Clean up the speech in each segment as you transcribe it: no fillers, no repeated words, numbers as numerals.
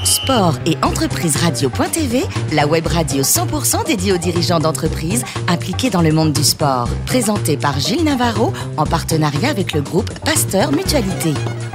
Sport et entreprise radio.tv, la web radio 100% dédiée aux dirigeants d'entreprises impliqués dans le monde du sport. Présentée par Gilles Navarro en partenariat avec le groupe Pasteur Mutualité.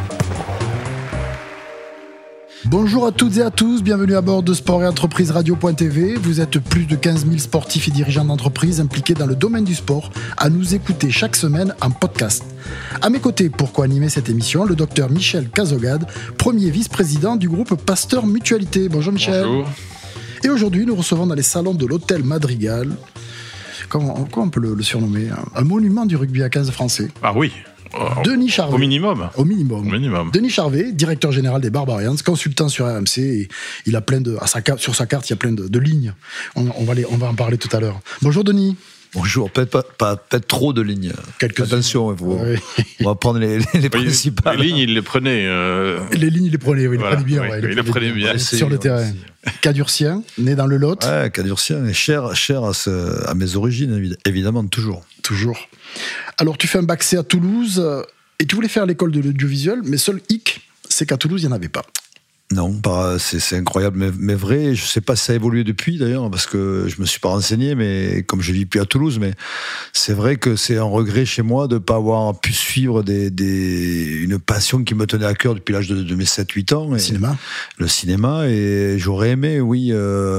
Bonjour à toutes et à tous, bienvenue à bord de Sport et Entreprise Radio.tv. Vous êtes plus de 15 000 sportifs et dirigeants d'entreprise impliqués dans le domaine du sport à nous écouter chaque semaine en podcast. À mes côtés, pour co-animer cette émission, le docteur Michel Cazogade, premier vice-président du groupe Pasteur Mutualité. Bonjour Michel. Bonjour. Et aujourd'hui, nous recevons dans les salons de l'hôtel Madrigal, comment on peut le surnommer, un monument du rugby à 15 français. Ah oui. Denis Charvet. Au minimum. Denis Charvet, directeur général des Barbarians, consultant sur RMC, et il a plein de, sur sa carte, il y a plein de lignes. On va en parler tout à l'heure. Bonjour Denis. Bonjour, peut-être trop de lignes. Attention, on va prendre les principales. Les lignes, il les prenait. Les lignes, il les prenait, oui, voilà, il les prenait bien. Sur le terrain. Aussi. Cadurcien, né dans le Lot. Ouais, Cadurcien, et cher à mes origines, évidemment, toujours. Toujours. Alors, tu fais un bac C à Toulouse, et tu voulais faire l'école de l'audiovisuel, mais seul hic, c'est qu'à Toulouse, il n'y en avait pas. Non, c'est incroyable, mais vrai. Je ne sais pas si ça a évolué depuis, d'ailleurs, parce que je ne me suis pas renseigné, mais comme je ne vis plus à Toulouse, mais c'est vrai que c'est un regret chez moi de ne pas avoir pu suivre une passion qui me tenait à cœur depuis l'âge de mes 7-8 ans. Le cinéma, et j'aurais aimé, oui,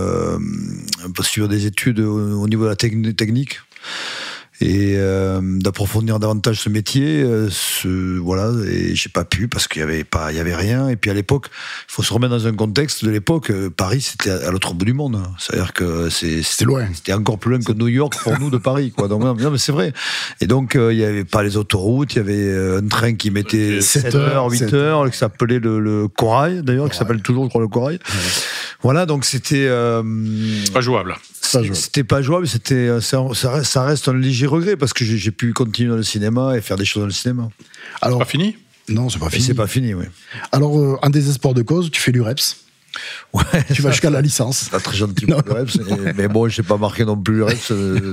suivre des études au niveau de la technique. Et d'approfondir davantage ce métier, voilà, et j'ai pas pu parce qu'il y avait rien. Et puis à l'époque, il faut se remettre dans un contexte de l'époque. Paris, c'était à l'autre bout du monde. C'est-à-dire que c'était loin. C'était encore plus loin que New York pour nous de Paris, quoi. Donc non, mais c'est vrai. Et donc il y avait pas les autoroutes, il y avait un train qui mettait 7h, 8h, qui s'appelait le Corail, d'ailleurs, qui s'appelle toujours, je crois, le Corail. Ouais. Voilà, donc c'était pas jouable. C'était pas jouable, ça reste un léger regret parce que j'ai pu continuer dans le cinéma et faire des choses dans le cinéma. Alors, c'est pas fini ? Non, c'est pas fini. C'est pas fini, oui. Alors, en désespoir de cause, tu fais l'UREPS. Ouais, tu vas jusqu'à la licence. Pas très gentil pour l'UREPS, mais bon, je n'ai pas marqué non plus l'UREPS.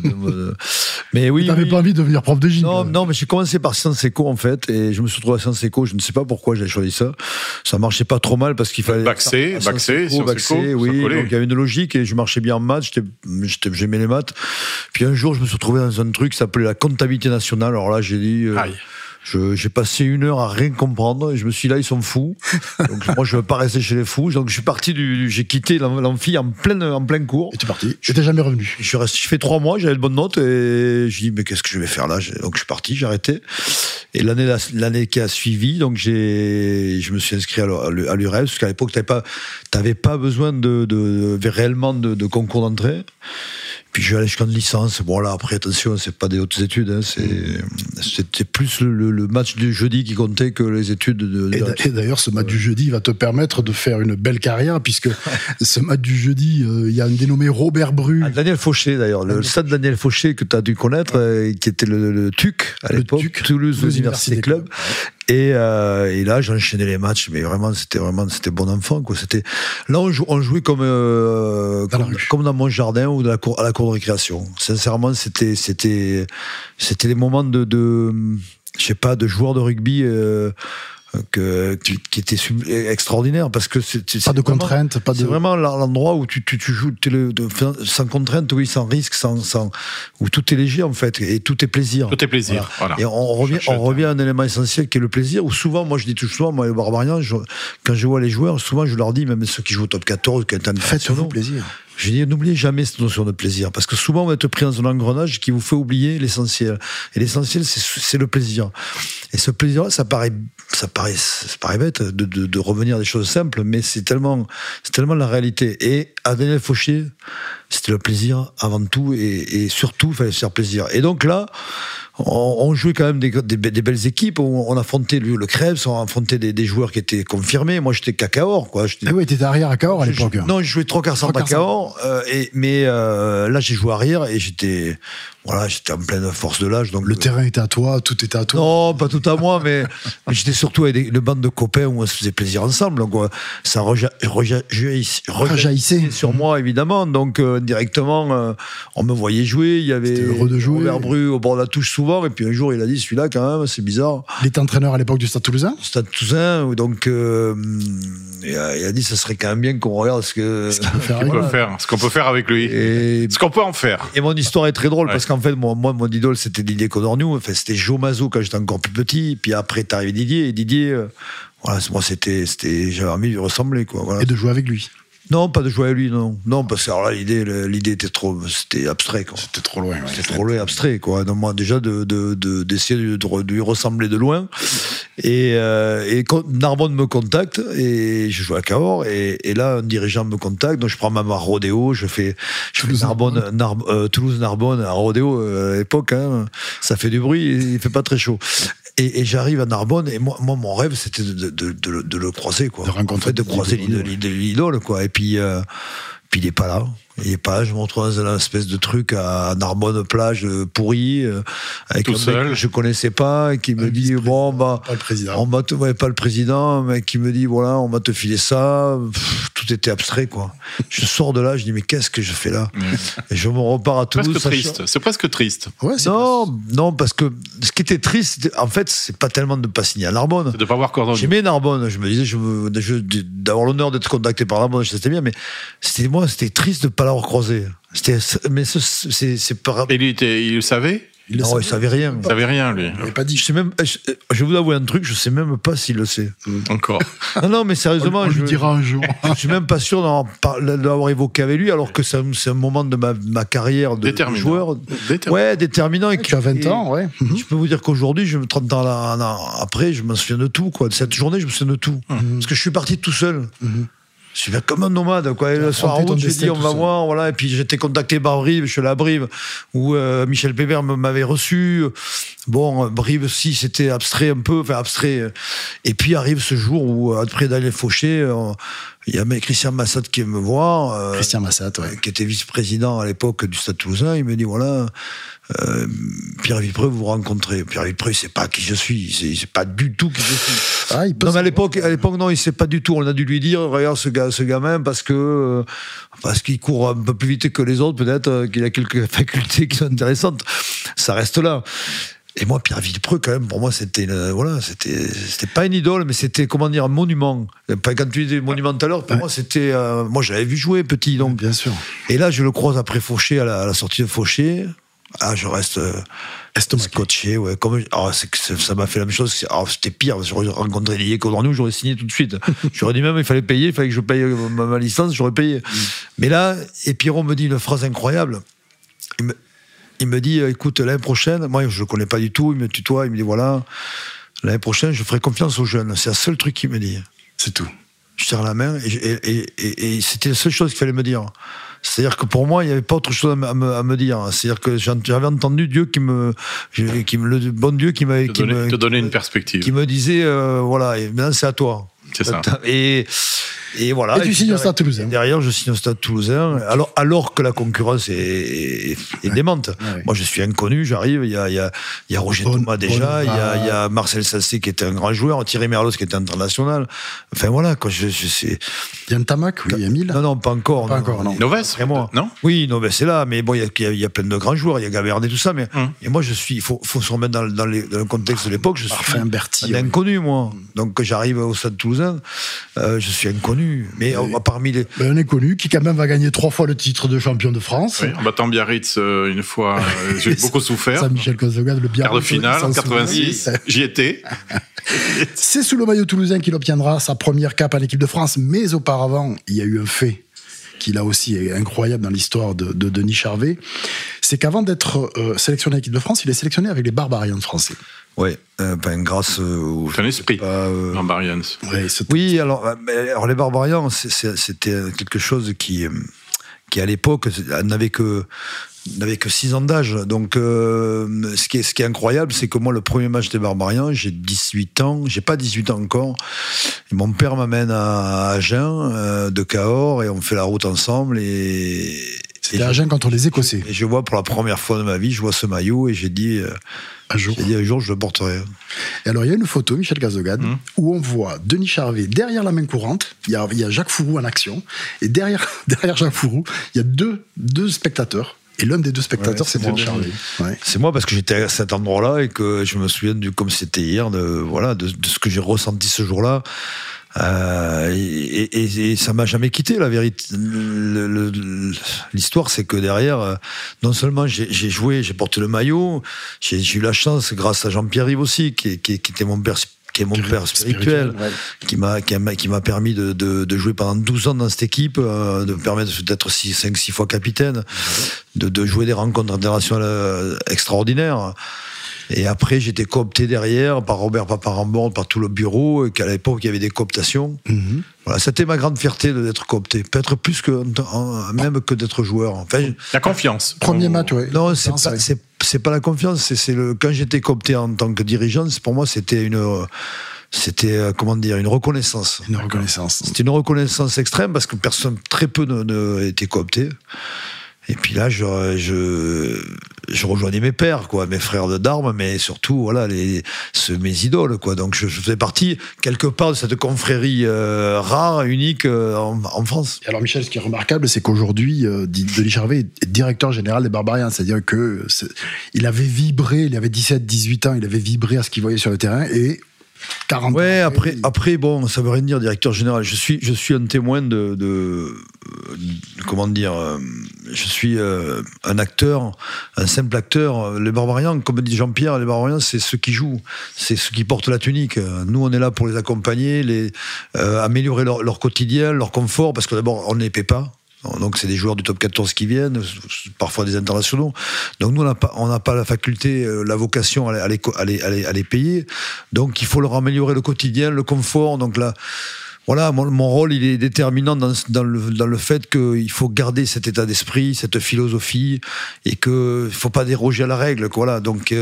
Mais oui. Tu n'avais pas envie de devenir prof de gym. Non, mais j'ai commencé par Sciences Éco en fait, et je me suis retrouvé à Sciences Éco. Je ne sais pas pourquoi j'ai choisi ça. Ça marchait pas trop mal parce qu'il fallait. Bac C, oui. Donc il y avait une logique et je marchais bien en maths. J'aimais les maths. Puis un jour, je me suis retrouvé dans un truc qui s'appelait la comptabilité nationale. Alors là, j'ai dit. J'ai passé 1 heure à rien comprendre et je me suis dit, là, ils sont fous. Donc moi, je ne veux pas rester chez les fous. Donc je suis parti j'ai quitté l'amphi en plein cours. Et tu es parti. Je n'étais jamais revenu. Je fais 3 mois, j'avais de bonnes notes et je dis, mais qu'est-ce que je vais faire là? Donc je suis parti, j'ai arrêté. Et l'année qui a suivi, donc je me suis inscrit à l'UREPS parce qu'à l'époque, t'avais pas besoin réellement de concours d'entrée. Puis je suis allé jusqu'en licence. Bon là, après, attention, c'est pas des hautes études. C'était plus le match du jeudi qui comptait que les études Et d'ailleurs, ce match du jeudi va te permettre de faire une belle carrière, puisque ce match du jeudi, il y a un dénommé Robert Bru. Daniel Fauché, d'ailleurs. Le stade Daniel Fauché que tu as dû connaître, qui était le TUC à l'époque, Toulouse Université Club. Et là, j'enchaînais les matchs, mais c'était bon enfant, quoi. Là, on jouait comme dans mon jardin ou à la cour de récréation. Sincèrement, c'était les moments je sais pas, de joueurs de rugby qui était extraordinaire parce que c'est pas de contraintes, c'est vraiment l'endroit où tu joues sans contrainte, oui, sans risque, où tout est léger en fait et tout est plaisir. Tout est plaisir. Voilà. Et on revient à un élément essentiel qui est le plaisir. Où souvent, moi je dis tout souvent, moi les Barbarians, quand je vois les joueurs, souvent je leur dis, même ceux qui jouent au top 14, faites-vous plaisir. Je dis, n'oubliez jamais cette notion de plaisir, parce que souvent vous êtes pris dans un engrenage qui vous fait oublier l'essentiel. Et l'essentiel, c'est le plaisir. Et ce plaisir-là, ça paraît bête de revenir à des choses simples, mais c'est tellement la réalité. Et à Daniel Fauché, c'était le plaisir avant tout, et surtout, il fallait se faire plaisir. Et donc là, on jouait quand même des belles équipes. On affrontait le Krebs, on affrontait des joueurs qui étaient confirmés. Moi, j'étais Cacaor, quoi. Ah oui, t'étais arrière à Cahors à l'époque. Non, je jouais 3/4 à Cahors. Mais là, j'ai joué arrière et j'étais en pleine force de l'âge. Donc le terrain était à toi, tout était à toi. Non, pas tout à moi, mais j'étais surtout avec le bande de copains où on se faisait plaisir ensemble. Donc ça rejaillissait sur moi, évidemment. Donc directement, on me voyait jouer. Il y avait Robert Bru au bord de la touche souvent. Et puis un jour, il a dit, celui-là, quand même, c'est bizarre. Il était entraîneur à l'époque du Stade Toulousain. Stade Toulousain, donc il a dit, ça serait quand même bien qu'on regarde ce qu'on peut faire avec lui. Ce qu'on peut en faire. Et mon histoire est très drôle parce qu'en fait, moi, mon idole, c'était Didier Codorniou. Enfin, c'était Joe Mazot quand j'étais encore plus petit. Puis après, t'es arrivé Didier. Et Didier, voilà, moi, j'avais envie de lui ressembler, quoi. Voilà. Et de jouer avec lui. Non, pas de jouer avec lui, non. Non, parce que alors là, l'idée c'était abstrait, quoi. C'était trop loin. C'était trop loin, abstrait, quoi. Donc, moi, déjà, d'essayer de lui ressembler de loin. Et quand Narbonne me contacte, et je joue à Cahors, et là, un dirigeant me contacte, donc je prends ma rodéo, je fais Toulouse-Narbonne, un rodéo à l'époque, hein, ça fait du bruit, il fait pas très chaud. Et j'arrive à Narbonne, et moi mon rêve, c'était de le croiser, quoi. De rencontrer, de croiser l'idole, quoi. Et puis il est pas là. Je me retrouve dans une espèce de truc à Narbonne, plage pourrie, avec tout un seul. mec que je connaissais pas, qui me dit pas le président. pas le président, mais qui me dit voilà, on va te filer ça. Tout était abstrait, quoi. Je sors de là, je dis mais qu'est-ce que je fais là? Et je me repars à Toulouse. C'est presque triste. Ouais, non, parce que ce qui était triste, en fait, c'est pas tellement de pas signer à Narbonne. C'est de pas voir Cordon. J'aimais Narbonne. Je me disais, d'avoir l'honneur d'être contacté par Narbonne, c'était bien, mais c'était triste de pas l'avoir croisé. C'est pas. Et lui, il le savait? Non, il savait rien. Il savait rien, lui. Il n'a pas dit. Je vais vous avouer un truc, je sais même pas s'il le sait. Encore. Non, mais sérieusement, on lui dira un jour. Je suis même pas sûr d'avoir évoqué avec lui, alors que c'est un moment de ma carrière de joueur. Ouais, déterminant. Tu as 20 ans, ouais. Je peux vous dire qu'aujourd'hui, 30 ans après, je me souviens de tout, quoi. De cette journée, je me souviens de tout. Parce que je suis parti tout seul. Je suis comme un nomade, quoi. Et le soir, j'ai dit, on va voir, voilà. Et puis, j'étais contacté par Brive, je suis allé à Brive, où Michel Pébert m'avait reçu. Bon, Brive, si, c'était abstrait un peu, enfin, abstrait. Et puis, arrive ce jour où, après d'aller faucher, il y a Christian Massat qui me voit. Christian Massat, ouais. Qui était vice-président à l'époque du Stade Toulousain. Il me dit, voilà, Pierre Vipreux, vous rencontrez. Pierre Vipreux, il sait pas qui je suis. Il sait pas du tout qui je suis. Non, mais à l'époque, non, il sait pas du tout. On a dû lui dire, regarde ce gamin, parce qu'il court un peu plus vite que les autres, peut-être, qu'il a quelques facultés qui sont intéressantes. Ça reste là. Et moi, Pierre Vipreux, quand même, pour moi, c'était pas une idole, mais c'était, comment dire, un monument. Quand tu disais monument tout à l'heure, pour moi, c'était, moi, j'avais vu jouer petit, donc. Bien sûr. Et là, je le croise après Fauché, à la sortie de Fauché. Ah, je reste scotché, ouais. Ça m'a fait la même chose. C'était pire. J'aurais rencontré Didier Codorniou, j'aurais signé tout de suite. J'aurais dit même, il fallait que je paye ma licence, j'aurais payé. Mais là, et Pierrot me dit une phrase incroyable. Il me dit, écoute, l'année prochaine, moi je le connais pas du tout, il me tutoie, il me dit voilà, l'année prochaine, je ferai confiance aux jeunes. C'est le seul truc qu'il me dit. C'est tout. Je serre la main et c'était la seule chose qu'il fallait me dire. C'est-à-dire que pour moi, il n'y avait pas autre chose à me dire. C'est-à-dire que j'avais entendu Dieu le bon Dieu qui m'avait te donner une perspective, qui me disait voilà, et maintenant c'est à toi. C'est ça. Et voilà. Et tu signes au Stade Toulousain. Derrière, je signe au Stade Toulousain. Alors que la concurrence est démente. Ouais. Moi, je suis inconnu, j'arrive. Il y a Roger Thomas déjà. Il y a Marcel Sassé qui était un grand joueur. Thierry Merlos qui était international. Enfin voilà, quoi. Je sais. Yann Tamac, oui, Emile. Non, pas encore. Pas encore, non. Noves, moi. Non. Oui, Noves est là, mais bon, il y a plein de grands joueurs. Il y a Gaverne et tout ça, mais et moi, il faut se remettre dans le contexte de l'époque. Je suis un inconnu, moi. Donc, j'arrive au Stade Toulousain, je suis inconnu. Mais parmi les. Un inconnu qui, quand même, va gagner 3 fois le titre de champion de France. Oui, en battant Biarritz une fois. J'ai beaucoup souffert. Saint-Michel Cosogade, le Biarritz. Quart de finale, en 86. J'y étais. C'est sous le maillot toulousain qu'il obtiendra sa première cape en équipe de France. Mais auparavant, il y a eu un fait qui, là aussi, est incroyable dans l'histoire de Denis Charvet. C'est qu'avant d'être sélectionné en équipe de France, il est sélectionné avec les Barbarians français. Oui, grâce au... C'est un esprit, Barbarians. Oui, alors les Barbarians, c'était quelque chose qui à l'époque, n'avait que 6 ans d'âge. Donc, ce qui est incroyable, c'est que moi, le premier match des Barbarians, j'ai 18 ans. J'ai pas 18 ans encore. Et mon père m'amène à Agen, de Cahors, et on fait la route ensemble. C'était à Agen contre les Écossais. Et je vois pour la première fois de ma vie, je vois ce maillot, et j'ai dit... un jour, je le porterai. Et alors, il y a une photo, Michel Cazogade, où on voit Denis Charvet derrière la main courante. Il y a Jacques Fourou en action. Et derrière Jacques Fourou, il y a deux spectateurs. Et l'un des deux spectateurs, c'est Denis Charvet. Ouais. C'est moi, parce que j'étais à cet endroit-là et que je me souviens, comme c'était hier, de ce que j'ai ressenti ce jour-là. Et ça m'a jamais quitté, la vérité. L'histoire, c'est que derrière, non seulement j'ai joué, j'ai porté le maillot, j'ai eu la chance, grâce à Jean-Pierre Rive aussi, qui était mon père, qui est mon père spirituel, qui m'a permis de jouer pendant 12 ans dans cette équipe, de me permettre d'être 5-6 fois capitaine, de jouer des rencontres internationales extraordinaires. Et après, j'étais coopté derrière par Robert Paparamborde, par tout le bureau, et qu'à l'époque, il y avait des cooptations. Voilà, c'était ma grande fierté d'être coopté. Peut-être plus même que d'être joueur. Enfin, la confiance. Premier match, oui. Non, c'est pas la confiance. Quand j'étais coopté en tant que dirigeant, pour moi, c'était une reconnaissance. Une reconnaissance. C'était une reconnaissance extrême parce que très peu ne étaient cooptés. Et puis là, je rejoignais mes pères, quoi, mes frères d'armes, mais surtout, voilà, mes idoles, quoi. Donc, je faisais partie, quelque part, de cette confrérie rare, unique en France. Et alors, Michel, ce qui est remarquable, c'est qu'aujourd'hui, Denis Charvet est directeur général des Barbarians. C'est-à-dire que il avait vibré, il avait 17-18 ans, il avait vibré à ce qu'il voyait sur le terrain et 40 ouais, ans. Après, bon, ça veut rien dire, directeur général. Je suis un témoin comment dire, je suis un acteur, un simple acteur. Les Barbarians, comme dit Jean-Pierre, les Barbarians, c'est ceux qui jouent, c'est ceux qui portent la tunique. Nous, on est là pour les accompagner, améliorer leur quotidien, leur confort, parce que d'abord, on ne les paie pas. Donc c'est des joueurs du top 14 qui viennent, parfois des internationaux. Donc nous on n'a pas la faculté, la vocation à les payer. Donc il faut leur améliorer le quotidien, le confort. Donc là, voilà, mon rôle il est déterminant dans le fait qu'il faut garder cet état d'esprit, cette philosophie, et qu'il ne faut pas déroger à la règle. Voilà. Donc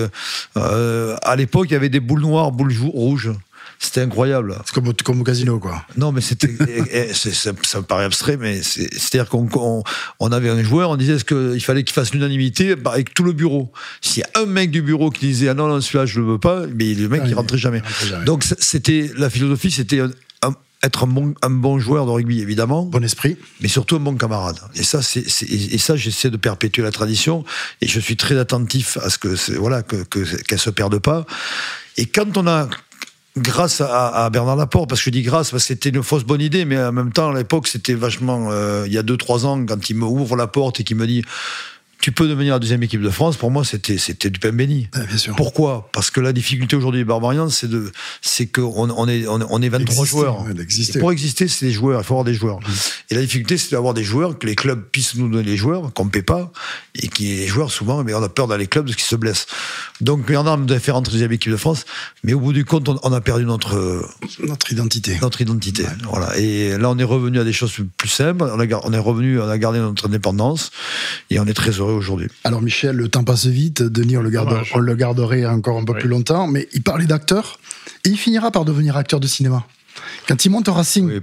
à l'époque il y avait des boules noires, boules rouges. C'était incroyable. C'est comme au casino, quoi. Non, mais c'était. Ça me paraît abstrait, mais c'est-à-dire qu'on avait un joueur, on disait qu'il fallait qu'il fasse l'unanimité avec tout le bureau. S'il y a un mec du bureau qui disait ah non, celui-là je le veux pas, mais le mec il rentrait jamais. Donc c'était la philosophie, c'était être un bon joueur de rugby, évidemment. Bon esprit. Mais surtout un bon camarade. Et ça, j'essaie de perpétuer la tradition. Et je suis très attentif à ce qu'elle se perde pas. Et quand on a, grâce à Bernard Laporte, parce que je dis grâce, parce que c'était une fausse bonne idée, mais en même temps, à l'époque, c'était vachement... il y a 2-3 ans, quand il me ouvre la porte et qu'il me dit « Tu peux devenir la deuxième équipe de France », pour moi, c'était du pain béni. Ouais, bien sûr. Pourquoi ? Parce que la difficulté aujourd'hui des Barbarians, c'est qu'on est 23 joueurs. Et pour exister, c'est des joueurs, il faut avoir des joueurs. Et la difficulté, c'est d'avoir des joueurs, que les clubs puissent nous donner les joueurs, qu'on ne paie pas, et les joueurs, souvent, mais on a peur dans les clubs de ce qu'ils se blessent. Donc, Bernard me devait faire entrer deuxième équipe de France, mais au bout du compte, on a perdu notre identité. Ouais. Voilà. Et là, on est revenu à des choses plus simples, on a gardé notre indépendance, et on est très heureux aujourd'hui. Alors Michel, le temps passe vite, Denis on le garderait encore un peu plus longtemps, mais il parlait d'acteur, et il finira par devenir acteur de cinéma. Quand il monte au Racing... Oui,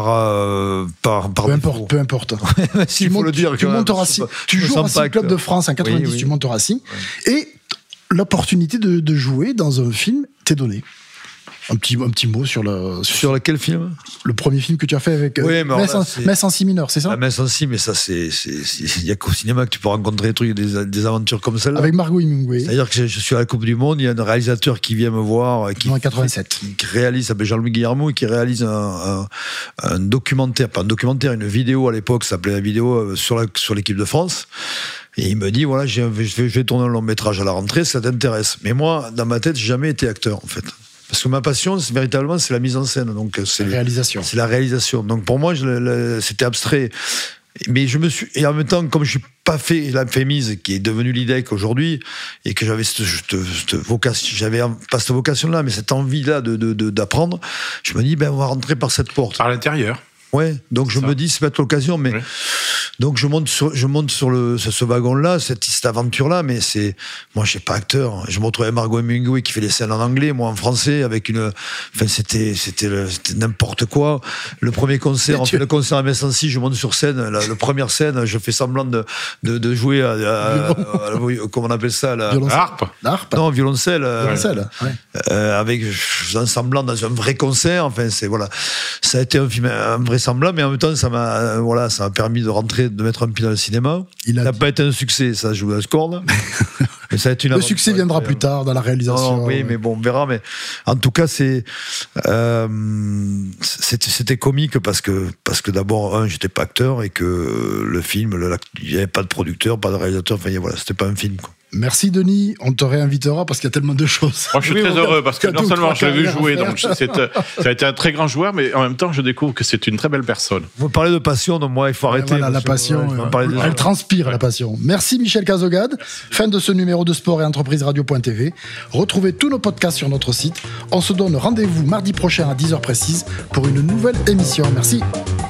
peu importe. S'il faut le dire. Tu montes au Racing, tu joues au Racing Club de France en 90, tu montes au Racing, et l'opportunité de jouer dans un film t'est donnée. Un petit mot sur quel film ? Le premier film que tu as fait avec Metz en si mineur, c'est ça ? La Metz en si, mais ça, il n'y a qu'au cinéma que tu peux rencontrer des trucs, des aventures comme celle-là. Avec Margot Hemingway. C'est-à-dire que je suis à la Coupe du Monde, il y a un réalisateur qui vient me voir, qui réalise, s'appelle Jean-Louis Guillermo, et qui réalise un documentaire, pas un documentaire, une vidéo à l'époque, ça s'appelait la vidéo sur l'équipe de France. Et il me dit, voilà, je vais tourner un long métrage à la rentrée, ça t'intéresse. Mais moi, dans ma tête, j'ai jamais été acteur, en fait. Parce que ma passion, véritablement, c'est la mise en scène. Donc, c'est la réalisation. C'est la réalisation. Donc, pour moi, c'était abstrait. Mais et en même temps, comme je n'ai pas fait la Fémise, qui est devenue l'IDEC aujourd'hui, et que j'avais cette vocation, j'avais pas cette vocation-là, mais cette envie-là d'apprendre, je me dis, on va rentrer par cette porte. Par l'intérieur. Ouais, donc je me dis, c'est peut-être l'occasion, mais. Oui. Donc je monte sur ce wagon-là, cette aventure-là, mais moi je suis pas acteur. Je me retrouve avec Margot Hemingway qui fait les scènes en anglais, moi en français, c'était n'importe quoi. Le premier concert, on fait le concert à Metz-en-Si, je monte sur scène, la première scène, je fais semblant de jouer comment on appelle ça, la harpe. Non, violoncelle. Je faisais semblant dans un vrai concert. Enfin, ça a été un film invraisemblable, mais en même temps, ça m'a permis de rentrer, de mettre un pied dans le cinéma. Ça n'a pas été un succès, ça joue à la corne. Mais ça va être le succès viendra plus tard dans la réalisation. Non, oui, mais bon, on verra. Mais en tout cas, c'était comique parce que d'abord, j'étais pas acteur et que le film, il n'y avait pas de producteur, pas de réalisateur. Enfin, voilà, c'était pas un film, quoi. Merci Denis, on te réinvitera parce qu'il y a tellement de choses. Moi je suis très heureux parce que non seulement je l'ai vu jouer, donc ça a été un très grand joueur, mais en même temps je découvre que c'est une très belle personne. Vous parlez de passion, donc moi il faut arrêter. Voilà, la passion, elle transpire la passion. Merci Michel Cazogade, fin de ce numéro de Sport et Entreprise Radio.tv. Retrouvez tous nos podcasts sur notre site. On se donne rendez-vous mardi prochain à 10h précise pour une nouvelle émission. Merci.